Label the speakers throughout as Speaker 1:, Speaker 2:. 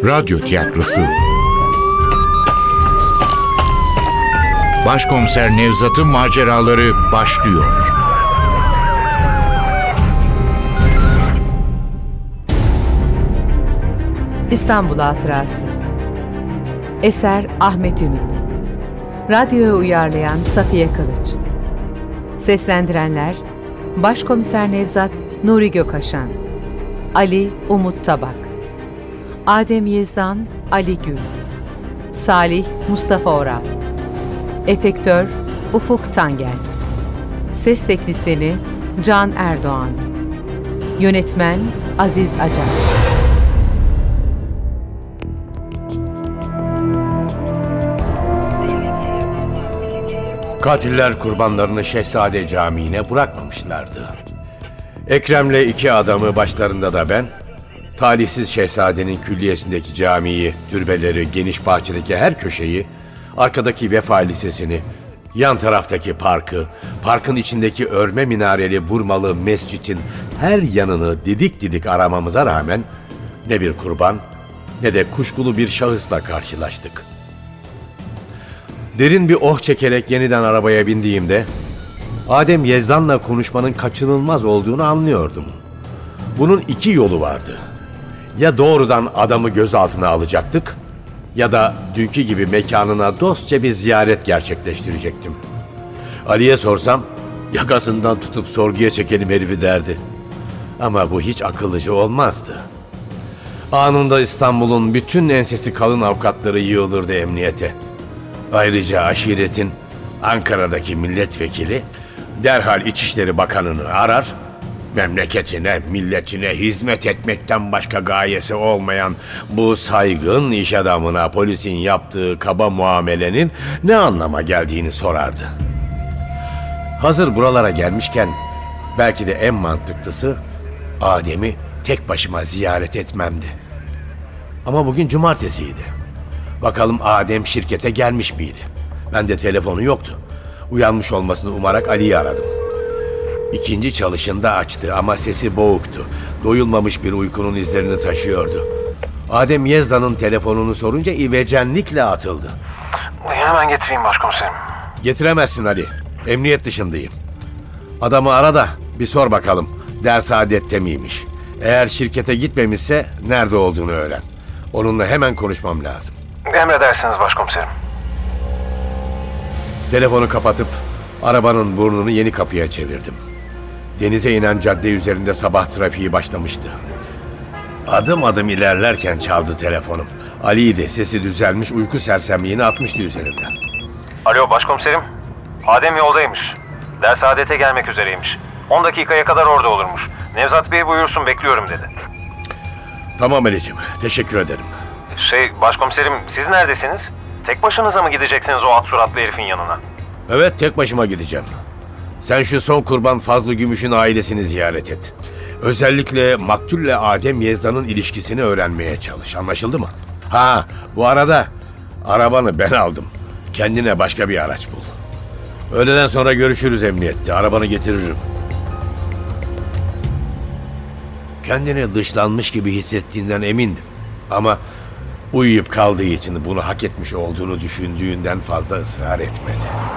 Speaker 1: Radyo tiyatrosu. Başkomiser Nevzat'ın maceraları başlıyor.
Speaker 2: İstanbul Hatırası. Eser Ahmet Ümit. Radyoya uyarlayan Safiye Kılıç. Seslendirenler: Başkomiser Nevzat Nuri Gökaşan, Ali Umut Tabak, Adem Yezdan Ali Gül, Salih Mustafa Oral, Efektör Ufuk Tangel, Ses Teknisyeni Can Erdoğan, Yönetmen Aziz Acar.
Speaker 3: Katiller kurbanlarını Şehzade Camii'ne bırakmamışlardı. Ekrem'le iki adamı, başlarında da ben, talihsiz şehzadenin külliyesindeki camiyi, türbeleri, geniş bahçedeki her köşeyi, arkadaki Vefa Lisesi'ni, yan taraftaki parkı, parkın içindeki örme minareli burmalı mescitin her yanını didik didik aramamıza rağmen ne bir kurban ne de kuşkulu bir şahısla karşılaştık. Derin bir oh çekerek yeniden arabaya bindiğimde Adem Yezdan'la konuşmanın kaçınılmaz olduğunu anlıyordum. Bunun iki yolu vardı. Ya doğrudan adamı gözaltına alacaktık ya da dünkü gibi mekanına dostça bir ziyaret gerçekleştirecektim. Ali'ye sorsam yakasından tutup sorguya çekelim herifi derdi. Ama bu hiç akıllıca olmazdı. Anında İstanbul'un bütün ensesi kalın avukatları yığılırdı emniyete. Ayrıca aşiretin Ankara'daki milletvekili derhal İçişleri Bakanı'nı arar, memleketine, milletine hizmet etmekten başka gayesi olmayan bu saygın iş adamına polisin yaptığı kaba muamelenin ne anlama geldiğini sorardı. Hazır buralara gelmişken belki de en mantıklısı Adem'i tek başıma ziyaret etmemdi. Ama bugün cumartesiydi. Bakalım Adem şirkete gelmiş miydi? Bende telefonu yoktu. Uyanmış olmasını umarak Ali'yi aradım. İkinci çalışında açtı ama sesi boğuktu. Doyulmamış bir uykunun izlerini taşıyordu. Adem Yezdan'ın telefonunu sorunca ivecenlikle atıldı.
Speaker 4: Hemen getireyim başkomiserim.
Speaker 3: Getiremezsin Ali. Emniyet dışındayım. Adamı ara da bir sor bakalım. Dersaadet'te miymiş? Eğer şirkete gitmemişse nerede olduğunu öğren. Onunla hemen konuşmam lazım.
Speaker 4: Emredersiniz başkomiserim.
Speaker 3: Telefonu kapatıp arabanın burnunu yeni kapıya çevirdim. Denize inen cadde üzerinde sabah trafiği başlamıştı. Adım adım ilerlerken çaldı telefonum. Ali'ydi, sesi düzelmiş, uyku sersemliğini atmıştı üzerinden.
Speaker 4: Alo başkomiserim. Adem yoldaymış. Dersaadet'e gelmek üzereymiş. 10 dakikaya kadar orada olurmuş. Nevzat Bey buyursun, bekliyorum dedi.
Speaker 3: Tamam Ali'cim, teşekkür ederim.
Speaker 4: Başkomiserim, siz neredesiniz? Tek başınıza mı gideceksiniz o at suratlı herifin yanına?
Speaker 3: Evet, tek başıma gideceğim. Sen şu son kurban Fazlı Gümüş'ün ailesini ziyaret et. Özellikle maktulle Adem Yezdan'ın ilişkisini öğrenmeye çalış. Anlaşıldı mı? Ha, bu arada arabanı ben aldım. Kendine başka bir araç bul. Öğleden sonra görüşürüz emniyette. Arabanı getiririm. Kendini dışlanmış gibi hissettiğinden emindim. Ama uyuyup kaldığı için bunu hak etmiş olduğunu düşündüğünden fazla ısrar etmedi.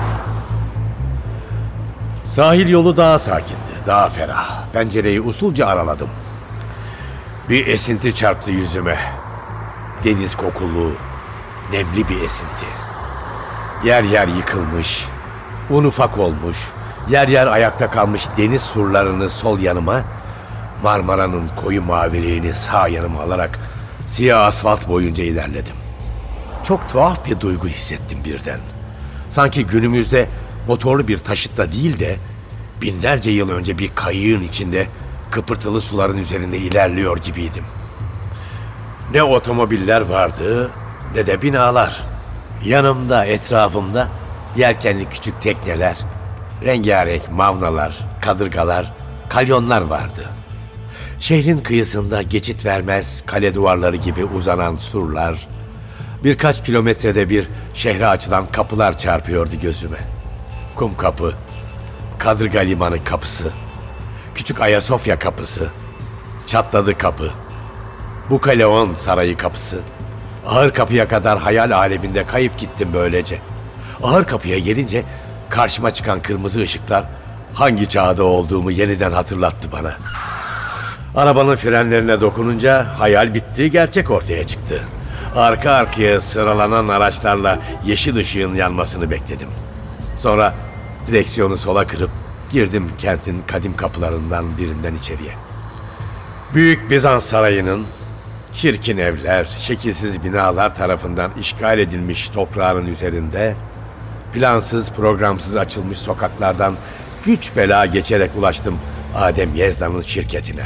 Speaker 3: Sahil yolu daha sakindi, daha ferah. Pencereyi usulca araladım. Bir esinti çarptı yüzüme. Deniz kokulu, nemli bir esinti. Yer yer yıkılmış, un ufak olmuş, yer yer ayakta kalmış deniz surlarını sol yanıma, Marmara'nın koyu maviliğini sağ yanıma alarak siyah asfalt boyunca ilerledim. Çok tuhaf bir duygu hissettim birden. Sanki günümüzde motorlu bir taşıtla değil de binlerce yıl önce bir kayığın içinde kıpırtılı suların üzerinde ilerliyor gibiydim. Ne otomobiller vardı ne de binalar. Yanımda, etrafımda yelkenli küçük tekneler, rengarenk mavnalar, kadırgalar, kalyonlar vardı. Şehrin kıyısında geçit vermez kale duvarları gibi uzanan surlar, birkaç kilometrede bir şehre açılan kapılar çarpıyordu gözüme. Kumkapı, Kadırga Limanı kapısı, Küçük Ayasofya kapısı, Çatladı kapı, Bukaleon Sarayı kapısı, Ahır kapıya kadar hayal aleminde kayıp gittim böylece. Ahır kapıya gelince karşıma çıkan kırmızı ışıklar hangi çağda olduğumu yeniden hatırlattı bana. Arabanın frenlerine dokununca hayal bitti, gerçek ortaya çıktı. Arka arkaya sıralanan araçlarla yeşil ışığın yanmasını bekledim. Sonra direksiyonu sola kırıp girdim kentin kadim kapılarından birinden içeriye. Büyük Bizans sarayının çirkin evler, şekilsiz binalar tarafından işgal edilmiş toprağın üzerinde plansız programsız açılmış sokaklardan güç bela geçerek ulaştım Adem Yezdan'ın şirketine.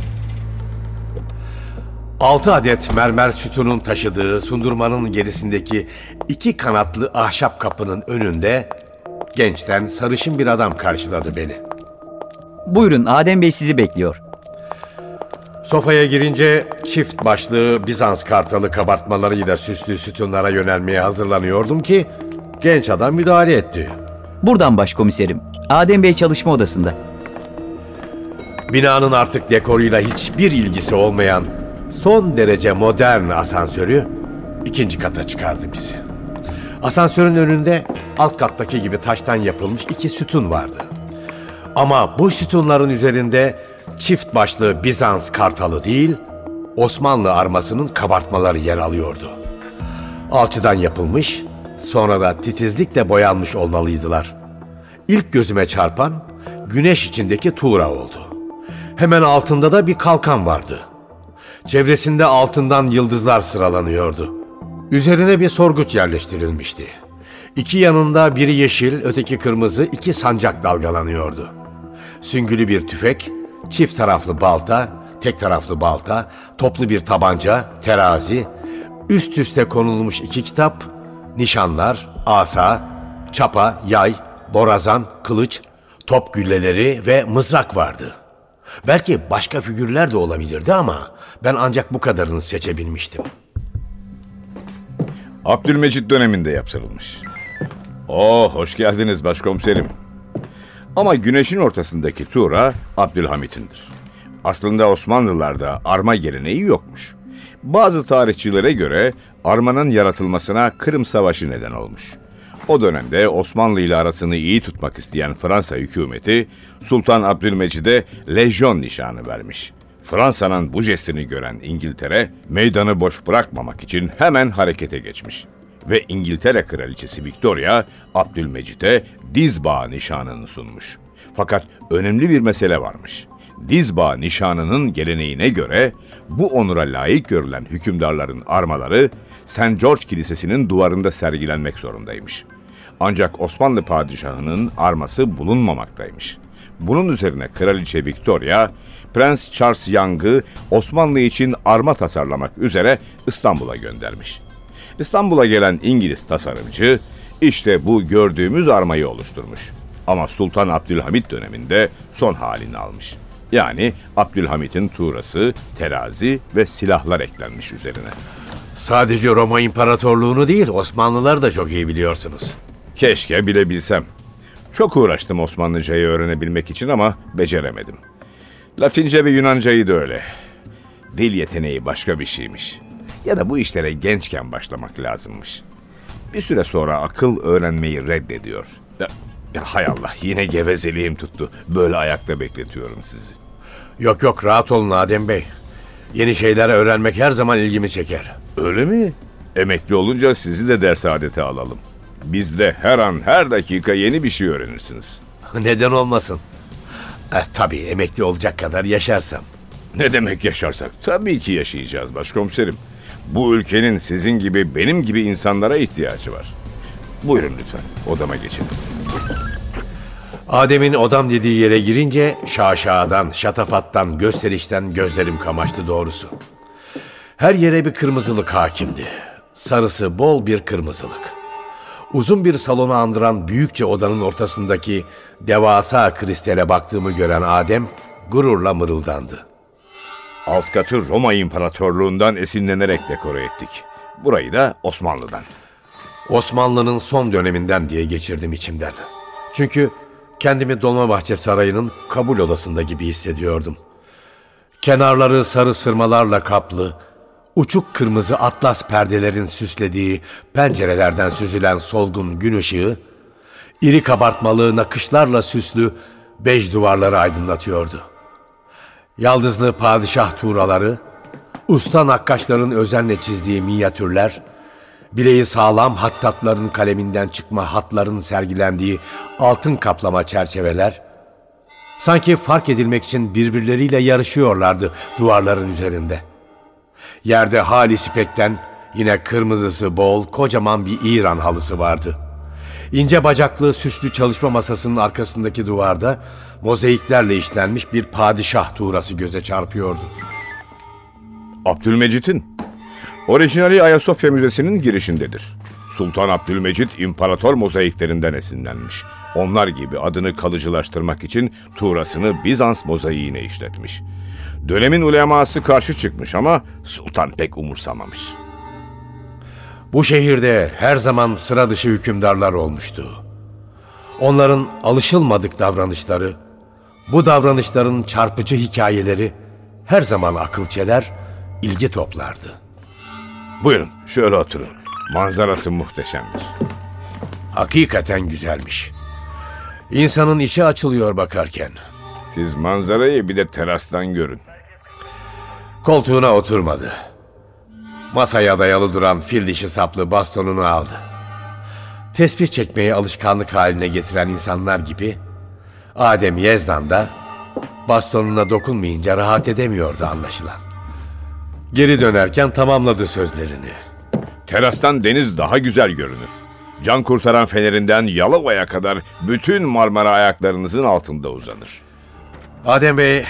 Speaker 3: 6 adet mermer sütunun taşıdığı sundurmanın gerisindeki 2 kanatlı ahşap kapının önünde gençten sarışın bir adam karşıladı beni.
Speaker 5: Buyurun, Adem Bey sizi bekliyor.
Speaker 3: Sofaya girince çift başlı Bizans kartalı kabartmalarıyla süslü sütunlara yönelmeye hazırlanıyordum ki genç adam müdahale etti.
Speaker 5: Buradan başkomiserim. Adem Bey çalışma odasında.
Speaker 3: Binanın artık dekoruyla hiçbir ilgisi olmayan son derece modern asansörü 2. kata çıkardı bizi. Asansörün önünde alt kattaki gibi taştan yapılmış 2 sütun vardı. Ama bu sütunların üzerinde çift başlı Bizans kartalı değil, Osmanlı armasının kabartmaları yer alıyordu. Alçıdan yapılmış, sonra da titizlikle boyanmış olmalıydılar. İlk gözüme çarpan güneş içindeki tuğra oldu. Hemen altında da bir kalkan vardı. Çevresinde altından yıldızlar sıralanıyordu. Üzerine bir sorguç yerleştirilmişti. 2 yanında biri yeşil, öteki kırmızı 2 sancak dalgalanıyordu. Süngülü bir tüfek, çift taraflı balta, tek taraflı balta, toplu bir tabanca, terazi, üst üste konulmuş 2 kitap, nişanlar, asa, çapa, yay, borazan, kılıç, top gülleleri ve mızrak vardı. Belki başka figürler de olabilirdi ama ben ancak bu kadarını seçebilmiştim.
Speaker 6: Abdülmecit döneminde yaptırılmış. Hoş geldiniz başkomiserim. Ama güneşin ortasındaki tuğra Abdülhamit'indir. Aslında Osmanlılarda arma geleneği yokmuş. Bazı tarihçilere göre armanın yaratılmasına Kırım Savaşı neden olmuş. O dönemde Osmanlı ile arasını iyi tutmak isteyen Fransa hükümeti Sultan Abdülmecid'e lejyon nişanı vermiş. Fransa'nın bu jestini gören İngiltere meydanı boş bırakmamak için hemen harekete geçmiş. Ve İngiltere Kraliçesi Victoria Abdülmecit'e dizbağı nişanını sunmuş. Fakat önemli bir mesele varmış. Dizbağı nişanının geleneğine göre bu onura layık görülen hükümdarların armaları St. George Kilisesi'nin duvarında sergilenmek zorundaymış. Ancak Osmanlı padişahının arması bulunmamaktaymış. Bunun üzerine Kraliçe Victoria, Prens Charles Young'ı Osmanlı için arma tasarlamak üzere İstanbul'a göndermiş. İstanbul'a gelen İngiliz tasarımcı işte bu gördüğümüz armayı oluşturmuş. Ama Sultan Abdülhamit döneminde son halini almış. Yani Abdülhamit'in tuğrası, terazi ve silahlar eklenmiş üzerine.
Speaker 3: Sadece Roma İmparatorluğunu değil, Osmanlıları da çok iyi biliyorsunuz.
Speaker 6: Keşke bilebilsem. Çok uğraştım Osmanlıcayı öğrenebilmek için ama beceremedim. Latince ve Yunancayı da öyle. Dil yeteneği başka bir şeymiş. Ya da bu işlere gençken başlamak lazımmış. Bir süre sonra akıl öğrenmeyi reddediyor. Hay Allah, yine gevezeliğim tuttu. Böyle ayakta bekletiyorum sizi.
Speaker 3: Yok rahat olun Adem Bey. Yeni şeyler öğrenmek her zaman ilgimi çeker.
Speaker 6: Öyle mi? Emekli olunca sizi de ders adete alalım. Bizde her an her dakika yeni bir şey öğrenirsiniz.
Speaker 3: Neden olmasın? Tabii emekli olacak kadar yaşarsam.
Speaker 6: Ne demek yaşarsak? Tabii ki yaşayacağız başkomiserim. Bu ülkenin sizin gibi benim gibi insanlara ihtiyacı var. Buyurun lütfen odama geçin.
Speaker 3: Adem'in odam dediği yere girince şaşadan, şatafattan, gösterişten gözlerim kamaştı doğrusu. Her yere bir kırmızılık hakimdi. Sarısı bol bir kırmızılık. Uzun bir salonu andıran büyükçe odanın ortasındaki devasa kristale baktığımı gören Adem gururla mırıldandı.
Speaker 6: Alt katı Roma İmparatorluğundan esinlenerek dekore ettik. Burayı da Osmanlı'dan.
Speaker 3: Osmanlı'nın son döneminden diye geçirdim içimden. Çünkü kendimi Dolmabahçe Sarayı'nın kabul odasında gibi hissediyordum. Kenarları sarı sırmalarla kaplı, Uçuk kırmızı atlas perdelerin süslediği pencerelerden süzülen solgun gün ışığı, iri kabartmalı nakışlarla süslü bej duvarları aydınlatıyordu. Yaldızlı padişah tuğraları, usta nakkaşların özenle çizdiği minyatürler, bileği sağlam hattatların kaleminden çıkma hatların sergilendiği altın kaplama çerçeveler, sanki fark edilmek için birbirleriyle yarışıyorlardı duvarların üzerinde. Yerde halis ipekten yine kırmızısı bol kocaman bir İran halısı vardı. İnce bacaklı süslü çalışma masasının arkasındaki duvarda mozaiklerle işlenmiş bir padişah tuğrası göze çarpıyordu.
Speaker 6: Abdülmecit'in. Orijinali Ayasofya Müzesi'nin girişindedir. Sultan Abdülmecit imparator mozaiklerinden esinlenmiş. Onlar gibi adını kalıcılaştırmak için tuğrasını Bizans mozaiğine işletmiş. Dönemin uleması karşı çıkmış ama sultan pek umursamamış.
Speaker 3: Bu şehirde her zaman sıra dışı hükümdarlar olmuştu. Onların alışılmadık davranışları, bu davranışların çarpıcı hikayeleri her zaman akıl çeler, ilgi toplardı.
Speaker 6: Buyurun şöyle oturun. Manzarası muhteşemdir.
Speaker 3: Hakikaten güzelmiş. İnsanın içi açılıyor bakarken.
Speaker 6: Siz manzarayı bir de terastan görün.
Speaker 3: Koltuğuna oturmadı. Masaya dayalı duran fil dişi saplı bastonunu aldı. Tesbih çekmeyi alışkanlık haline getiren insanlar gibi Adem Yezdan da bastonuna dokunmayınca rahat edemiyordu anlaşılan. Geri dönerken tamamladı sözlerini.
Speaker 6: Terastan deniz daha güzel görünür. Can kurtaran fenerinden Yalova'ya kadar bütün Marmara ayaklarınızın altında uzanır.
Speaker 3: Adem Bey,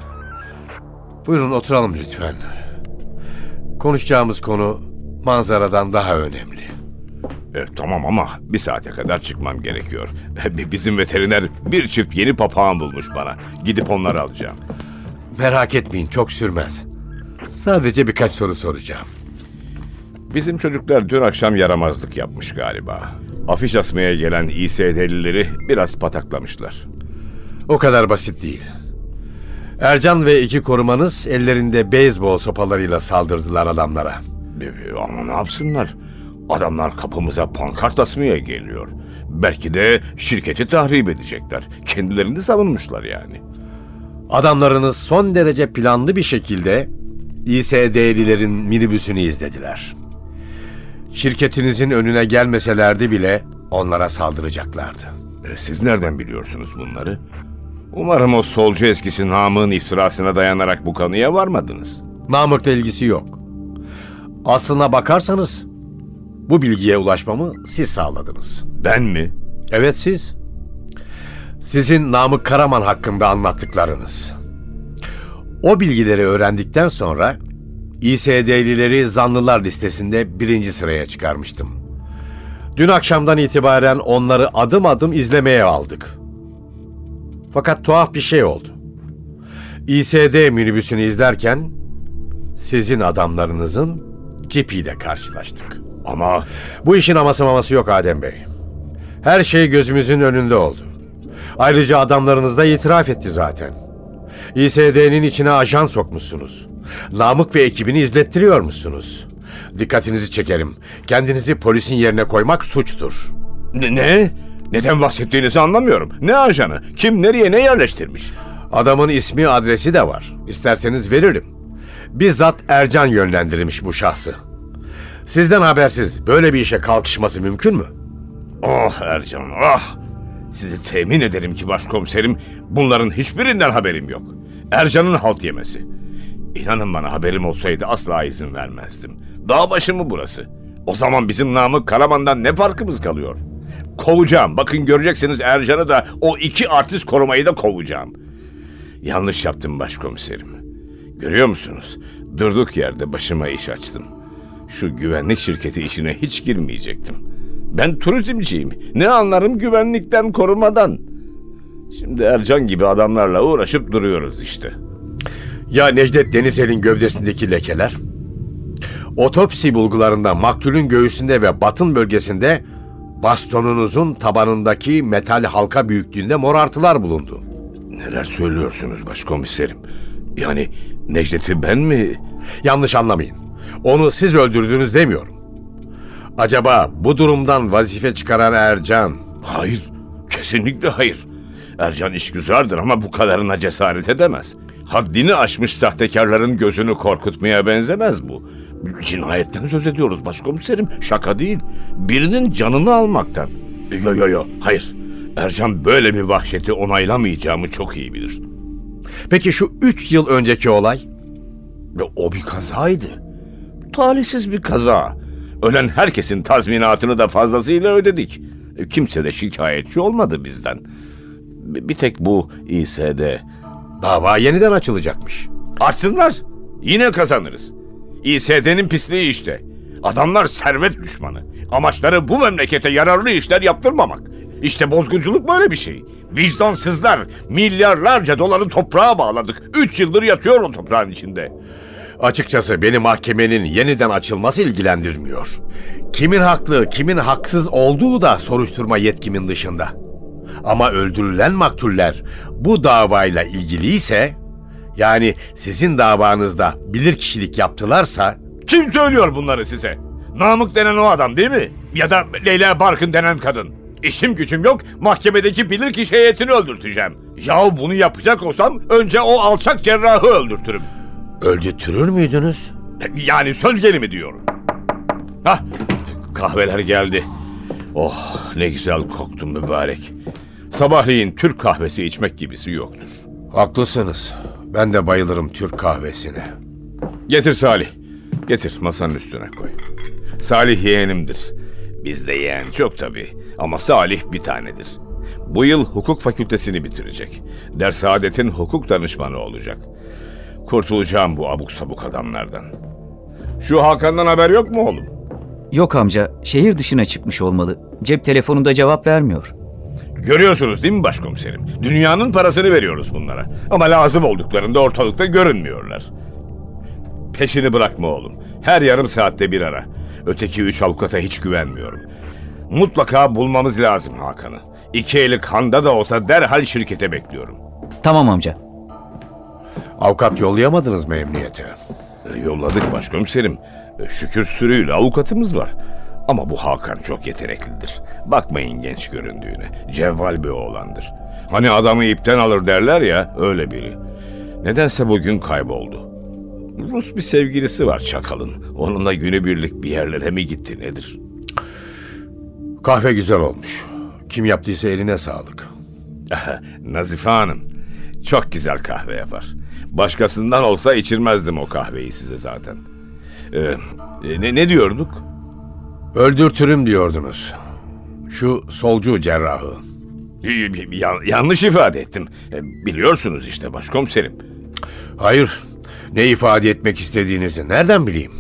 Speaker 3: buyurun oturalım lütfen. Konuşacağımız konu manzaradan daha önemli.
Speaker 6: Tamam ama bir saate kadar çıkmam gerekiyor. Bizim veteriner bir çift yeni papağan bulmuş bana. Gidip onları alacağım.
Speaker 3: Merak etmeyin, çok sürmez. Sadece birkaç soru soracağım.
Speaker 6: Bizim çocuklar dün akşam yaramazlık yapmış galiba. Afiş asmaya gelen İSD'lileri biraz pataklamışlar.
Speaker 3: O kadar basit değil. Ercan ve iki korumanız ellerinde beyzbol sopalarıyla saldırdılar adamlara.
Speaker 6: Ama ne yapsınlar? Adamlar kapımıza pankart asmaya geliyor. Belki de şirketi tahrip edecekler. Kendilerini savunmuşlar yani.
Speaker 3: Adamlarınız son derece planlı bir şekilde İSD'lilerin minibüsünü izlediler. Şirketinizin önüne gelmeselerdi bile onlara saldıracaklardı.
Speaker 6: Siz nereden biliyorsunuz bunları? Umarım o solcu eskisi Namık'ın iftirasına dayanarak bu kanıya varmadınız.
Speaker 3: Namık'la ilgisi yok. Aslına bakarsanız bu bilgiye ulaşmamı siz sağladınız.
Speaker 6: Ben mi?
Speaker 3: Evet, siz. Sizin Namık Karaman hakkında anlattıklarınız. O bilgileri öğrendikten sonra İSD'lileri zanlılar listesinde 1. sıraya çıkarmıştım. Dün akşamdan itibaren onları adım adım izlemeye aldık. Fakat tuhaf bir şey oldu. İSD minibüsünü izlerken sizin adamlarınızın cipiyle karşılaştık.
Speaker 6: Ama
Speaker 3: bu işin aması maması yok Adem Bey. Her şey gözümüzün önünde oldu. Ayrıca adamlarınız da itiraf etti zaten. İSD'nin içine ajan sokmuşsunuz. Namık ve ekibini izlettiriyormuşsunuz. Dikkatinizi çekerim. Kendinizi polisin yerine koymak suçtur.
Speaker 6: Ne? Neden bahsettiğinizi anlamıyorum. Ne ajanı? Kim nereye ne yerleştirmiş?
Speaker 3: Adamın ismi adresi de var. İsterseniz veririm. Bizzat Ercan yönlendirmiş bu şahsı. Sizden habersiz böyle bir işe kalkışması mümkün mü?
Speaker 6: Oh Ercan, ah! Sizi temin ederim ki başkomiserim, bunların hiçbirinden haberim yok. Ercan'ın halt yemesi. İnanın bana, haberim olsaydı asla izin vermezdim. Dağ başı mı burası? O zaman bizim Namık Karaman'dan ne farkımız kalıyor? Kovacağım. Bakın göreceksiniz, Ercan'ı da o 2 artist korumayı da kovacağım. Yanlış yaptım başkomiserim. Görüyor musunuz? Durduk yerde başıma iş açtım. Şu güvenlik şirketi işine hiç girmeyecektim. Ben turizmciyim. Ne anlarım güvenlikten, korumadan. Şimdi Ercan gibi adamlarla uğraşıp duruyoruz işte.
Speaker 3: Ya Necdet Denizel'in gövdesindeki lekeler? Otopsi bulgularında maktulün göğsünde ve batın bölgesinde bastonunuzun tabanındaki metal halka büyüklüğünde morartılar bulundu.
Speaker 6: Neler söylüyorsunuz başkomiserim? Yani Necdet'i ben mi?
Speaker 3: Yanlış anlamayın. Onu siz öldürdünüz demiyorum. Acaba bu durumdan vazife çıkaran Ercan...
Speaker 6: Hayır, kesinlikle hayır. Ercan işgüzardır ama bu kadarına cesaret edemez. Haddini aşmış sahtekarların gözünü korkutmaya benzemez bu. Cinayetten söz ediyoruz başkomiserim, şaka değil. Birinin canını almaktan. Yo, hayır. Ercan böyle bir vahşeti onaylamayacağımı çok iyi bilir.
Speaker 3: Peki şu 3 yıl önceki olay?
Speaker 6: O bir kazaydı. Talihsiz bir kaza. Ölen herkesin tazminatını da fazlasıyla ödedik. Kimse de şikayetçi olmadı bizden. Bir tek bu İS'de.
Speaker 3: Dava yeniden açılacakmış.
Speaker 6: Açsınlar. Yine kazanırız. İSD'nin pisliği işte. Adamlar servet düşmanı. Amaçları bu memlekete yararlı işler yaptırmamak. İşte bozgunculuk böyle bir şey. Vicdansızlar milyarlarca doları toprağa bağladık. 3 yıldır yatıyor o toprağın içinde.
Speaker 3: Açıkçası beni mahkemenin yeniden açılması ilgilendirmiyor. Kimin haklı, kimin haksız olduğu da soruşturma yetkimin dışında. Ama öldürülen maktuller bu davayla ilgiliyse, yani sizin davanızda bilirkişilik yaptılarsa...
Speaker 6: Kim söylüyor bunları size? Namık denen o adam değil mi? Ya da Leyla Barkın denen kadın. İşim gücüm yok, mahkemedeki bilirkişi heyetini öldürteceğim. Yahu bunu yapacak olsam önce o alçak cerrahı öldürtürüm.
Speaker 3: Öldürtürür müydünüz?
Speaker 6: Yani söz gelimi diyorum. Hah, kahveler geldi. Oh, ne güzel koktu mübarek. Sabahleyin Türk kahvesi içmek gibisi yoktur.
Speaker 3: Haklısınız. Ben de bayılırım Türk kahvesine.
Speaker 6: Getir Salih. Getir, masanın üstüne koy. Salih yeğenimdir. Bizde yeğen çok tabii. Ama Salih bir tanedir. Bu yıl hukuk fakültesini bitirecek. Dersaadet'in hukuk danışmanı olacak. Kurtulacağım bu abuk sabuk adamlardan. Şu Hakan'dan haber yok mu oğlum?
Speaker 5: Yok amca, şehir dışına çıkmış olmalı. Cep telefonunda cevap vermiyor.
Speaker 6: Görüyorsunuz değil mi başkomiserim? Dünyanın parasını veriyoruz bunlara. Ama lazım olduklarında ortalıkta görünmüyorlar. Peşini bırakma oğlum. Her yarım saatte bir ara. Öteki 3 avukata hiç güvenmiyorum. Mutlaka bulmamız lazım Hakan'ı. 2 eli kanda da olsa derhal şirkete bekliyorum.
Speaker 5: Tamam amca.
Speaker 3: Avukat yollayamadınız mı emniyete?
Speaker 6: Yolladık başkomiserim. Şükür sürüyle avukatımız var. Ama bu Hakan çok yeteneklidir. Bakmayın genç göründüğüne. Cevval bir oğlandır. Hani adamı ipten alır derler ya, öyle biri. Nedense bugün kayboldu. Rus bir sevgilisi var çakalın. Onunla günübirlik bir yerlere mi gitti nedir?
Speaker 3: Kahve güzel olmuş. Kim yaptıysa eline sağlık.
Speaker 6: Nazife Hanım çok güzel kahve yapar. Başkasından olsa içirmezdim o kahveyi size zaten. Ne diyorduk?
Speaker 3: Öldürtürüm diyordunuz. Şu solcu cerrahı.
Speaker 6: Yanlış ifade ettim. Biliyorsunuz işte başkomiserim.
Speaker 3: Hayır. Ne ifade etmek istediğinizi nereden bileyim?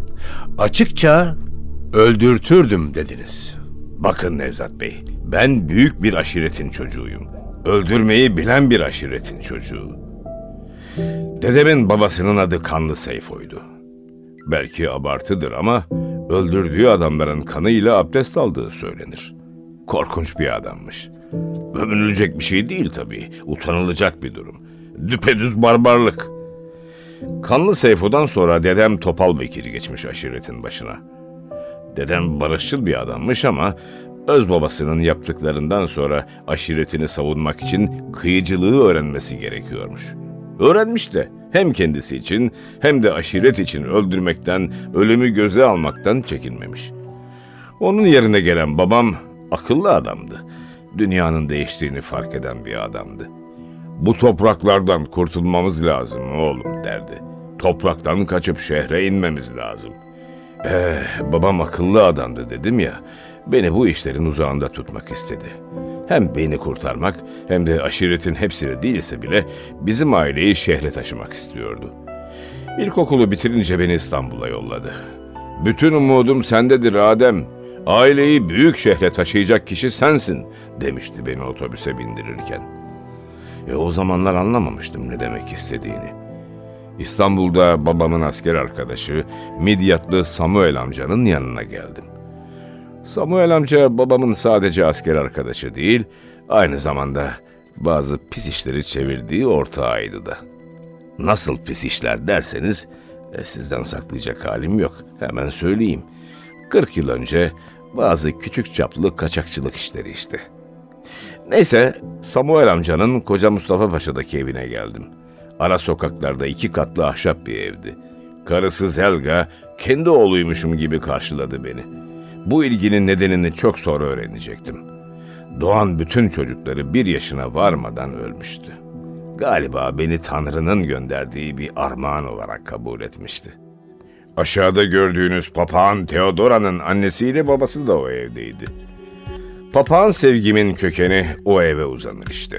Speaker 3: Açıkça öldürtürdüm dediniz.
Speaker 6: Bakın Nevzat Bey, ben büyük bir aşiretin çocuğuyum. Öldürmeyi bilen bir aşiretin çocuğu. Dedemin babasının adı Kanlı Seyfo'ydu. Belki abartıdır ama öldürdüğü adamların kanıyla abdest aldığı söylenir. Korkunç bir adammış. Övünülecek bir şey değil tabii. Utanılacak bir durum. Düpedüz barbarlık. Kanlı Seyfo'dan sonra dedem Topal Bekir geçmiş aşiretin başına. Dedem barışçıl bir adammış ama öz babasının yaptıklarından sonra aşiretini savunmak için kıyıcılığı öğrenmesi gerekiyormuş. Öğrenmiş de hem kendisi için hem de aşiret için öldürmekten, ölümü göze almaktan çekinmemiş. Onun yerine gelen babam akıllı adamdı. Dünyanın değiştiğini fark eden bir adamdı. Bu topraklardan kurtulmamız lazım oğlum derdi. Topraktan kaçıp şehre inmemiz lazım. Babam akıllı adamdı dedim ya, beni bu işlerin uzağında tutmak istedi. Hem beni kurtarmak hem de aşiretin hepsini değilse bile bizim aileyi şehre taşımak istiyordu. İlkokulu bitirince beni İstanbul'a yolladı. Bütün umudum sendedir Adem. Aileyi büyük şehre taşıyacak kişi sensin demişti beni otobüse bindirirken. O zamanlar anlamamıştım ne demek istediğini. İstanbul'da babamın asker arkadaşı Midyatlı Samuel amcanın yanına geldim. Samuel amca babamın sadece asker arkadaşı değil, aynı zamanda bazı pis işleri çevirdiği ortağıydı da. Nasıl pis işler derseniz, Sizden saklayacak halim yok. Hemen söyleyeyim. 40 yıl önce bazı küçük çaplı kaçakçılık işleri işte. Neyse, Samuel amcanın Koca Mustafa Paşa'daki evine geldim. Ara sokaklarda 2 katlı ahşap bir evdi. Karısı Zelga kendi oğluymuşum gibi karşıladı beni. Bu ilginin nedenini çok sonra öğrenecektim. Doğan bütün çocukları 1 yaşına varmadan ölmüştü. Galiba beni Tanrı'nın gönderdiği bir armağan olarak kabul etmişti. Aşağıda gördüğünüz papağan Theodora'nın annesiyle babası da o evdeydi. Papağan sevgimin kökeni o eve uzanır işte.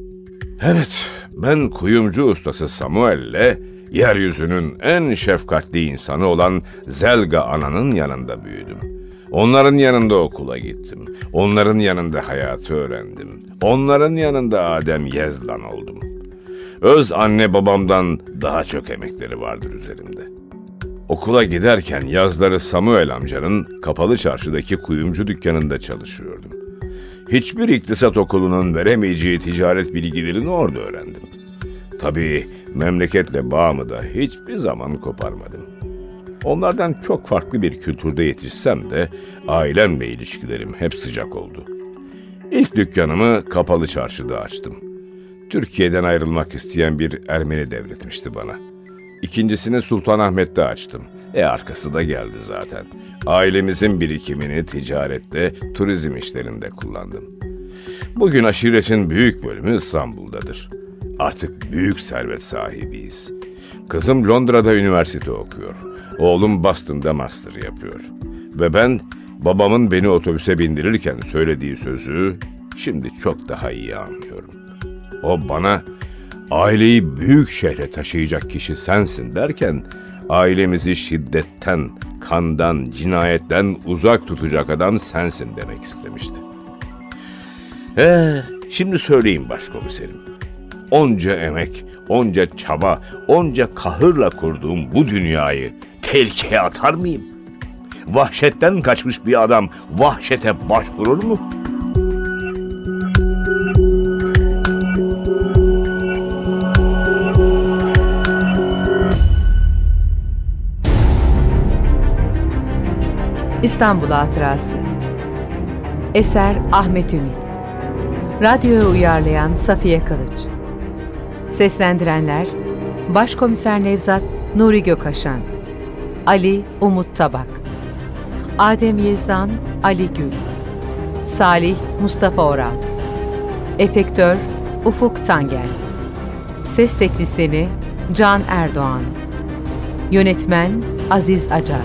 Speaker 6: Evet, ben kuyumcu ustası Samuel'le yeryüzünün en şefkatli insanı olan Zelga ananın yanında büyüdüm. Onların yanında okula gittim. Onların yanında hayatı öğrendim. Onların yanında Adem Yezdan oldum. Öz anne babamdan daha çok emekleri vardır üzerimde. Okula giderken yazları Samuel amcanın kapalı çarşıdaki kuyumcu dükkanında çalışıyordum. Hiçbir iktisat okulunun veremeyeceği ticaret bilgilerini orada öğrendim. Tabii memleketle bağımı da hiçbir zaman koparmadım. Onlardan çok farklı bir kültürde yetişsem de ailemle ilişkilerim hep sıcak oldu. İlk dükkanımı kapalı çarşıda açtım. Türkiye'den ayrılmak isteyen bir Ermeni devretmişti bana. İkincisini Sultanahmet'te açtım. Arkası da geldi zaten. Ailemizin birikimini ticarette, turizm işlerinde kullandım. Bugün aşiretin büyük bölümü İstanbul'dadır. Artık büyük servet sahibiyiz. Kızım Londra'da üniversite okuyor. Oğlum Boston'da master yapıyor. Ve ben babamın beni otobüse bindirirken söylediği sözü şimdi çok daha iyi anlıyorum. O bana aileyi büyük şehre taşıyacak kişi sensin derken ailemizi şiddetten, kandan, cinayetten uzak tutacak adam sensin demek istemişti. Şimdi söyleyeyim başkomiserim. Onca emek, onca çaba, onca kahırla kurduğum bu dünyayı tehlikeye atar mıyım? Vahşetten kaçmış bir adam vahşete başvurur mu?
Speaker 2: İstanbul Hatırası. Eser Ahmet Ümit. Radyoya uyarlayan Safiye Kılıç. Seslendirenler: Başkomiser Nevzat Nuri Gökaşan, Ali Umut Tabak, Adem Yezdan Ali Gül, Salih Mustafa Oral, Efektör Ufuk Tangel, Ses Teknisyeni Can Erdoğan, Yönetmen Aziz Acar.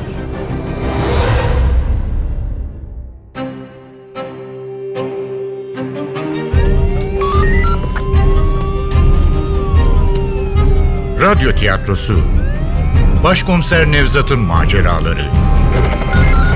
Speaker 1: Radyo tiyatrosu Başkomiser Nevzat'ın maceraları.